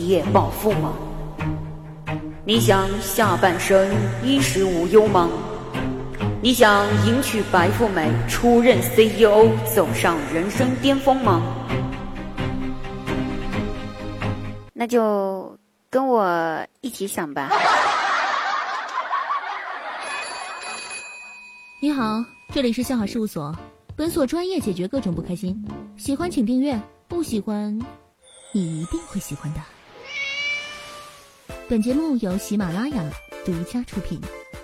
一夜暴富吗？你想下半生衣食无忧吗？你想迎娶白富美，出任 CEO， 走上人生巅峰吗？那就跟我一起想吧。 你好，这里是笑话事务所，本所专业解决各种不开心，喜欢请订阅，不喜欢你一定会喜欢的。本节目由喜马拉雅独家出品。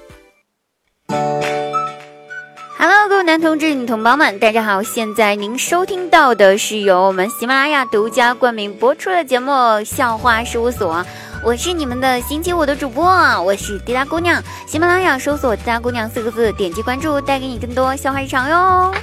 Hello， 各位男同志、女同胞们，大家好！现在您收听到的是由我们喜马拉雅独家冠名播出的节目《笑话事务所》，我是你们的星期五的主播，我是滴答姑娘。喜马拉雅搜索"滴答姑娘"4个字，点击关注，带给你更多笑话日常哟。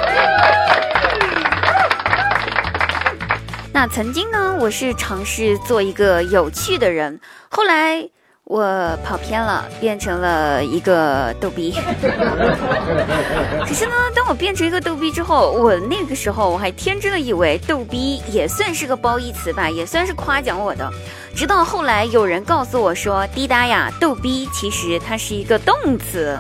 那曾经呢，我是尝试做一个有趣的人，后来我跑偏了，变成了一个逗逼。可是呢，当我变成一个逗逼之后，我那个时候我还天真的以为逗逼也算是个褒义词吧，也算是夸奖我的。直到后来有人告诉我说，滴答呀，逗逼其实它是一个动词。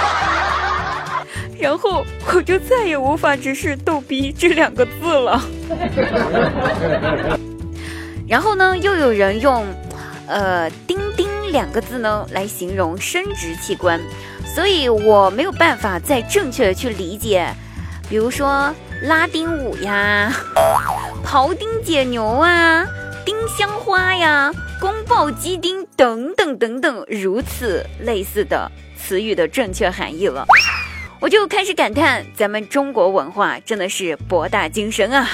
然后我就再也无法直视逗逼这2个字了。然后呢，又有人用丁丁2个字呢来形容生殖器官，所以我没有办法再正确的去理解，比如说拉丁舞呀、庖丁解牛啊、丁香花呀、宫爆鸡丁等等等等如此类似的词语的正确含义了。我就开始感叹，咱们中国文化真的是博大精深啊。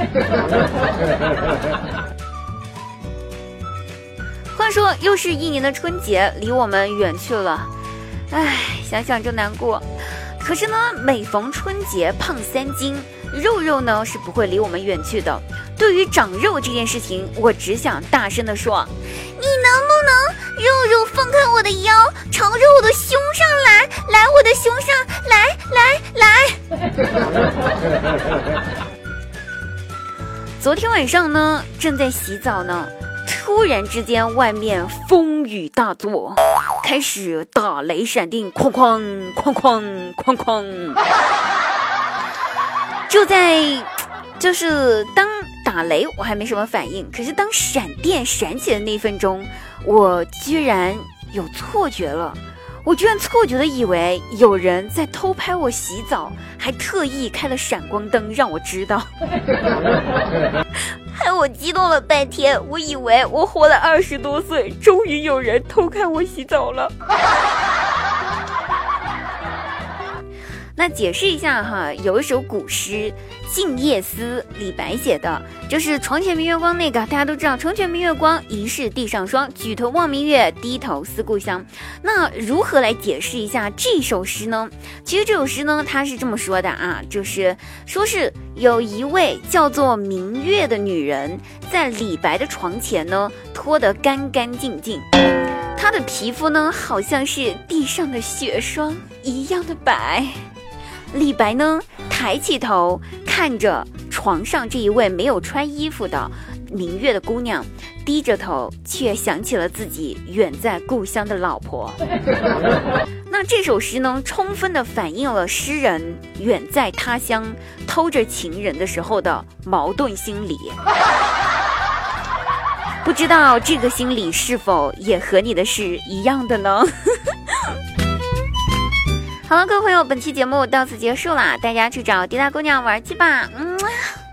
话说又是一年的春节离我们远去了，想想就难过。可是呢，每逢春节胖3斤，肉呢是不会离我们远去的。对于长肉这件事情，我只想大声地说，你能不能肉放开我的腰，朝着我的胸上来我的胸上来。昨天晚上呢，正在洗澡呢，突然之间外面风雨大作，开始打雷闪电，哐哐哐哐哐哐。就是当打雷我还没什么反应，可是当闪电闪起的那分钟，我居然有错觉了。我居然错觉的以为有人在偷拍我洗澡，还特意开了闪光灯让我知道。害我激动了半天，我以为我活了20多岁，终于有人偷看我洗澡了。那解释一下哈，有一首古诗《静夜思》，李白写的，就是床前明月光那个，大家都知道，床前明月光，疑是地上霜，举头望明月，低头思故乡。那如何来解释一下这首诗呢？其实这首诗呢，它是这么说的啊，就是说是有一位叫做明月的女人，在李白的床前呢，脱得干干净净，她的皮肤呢，好像是地上的雪霜一样的白。李白呢，抬起头看着床上这一位没有穿衣服的明月的姑娘，低着头却想起了自己远在故乡的老婆。那这首诗呢，充分地反映了诗人远在他乡偷着情人的时候的矛盾心理。不知道这个心理是否也和你的是一样的呢？好了，各位朋友，本期节目到此结束啦，大家去找滴答姑娘玩去吧。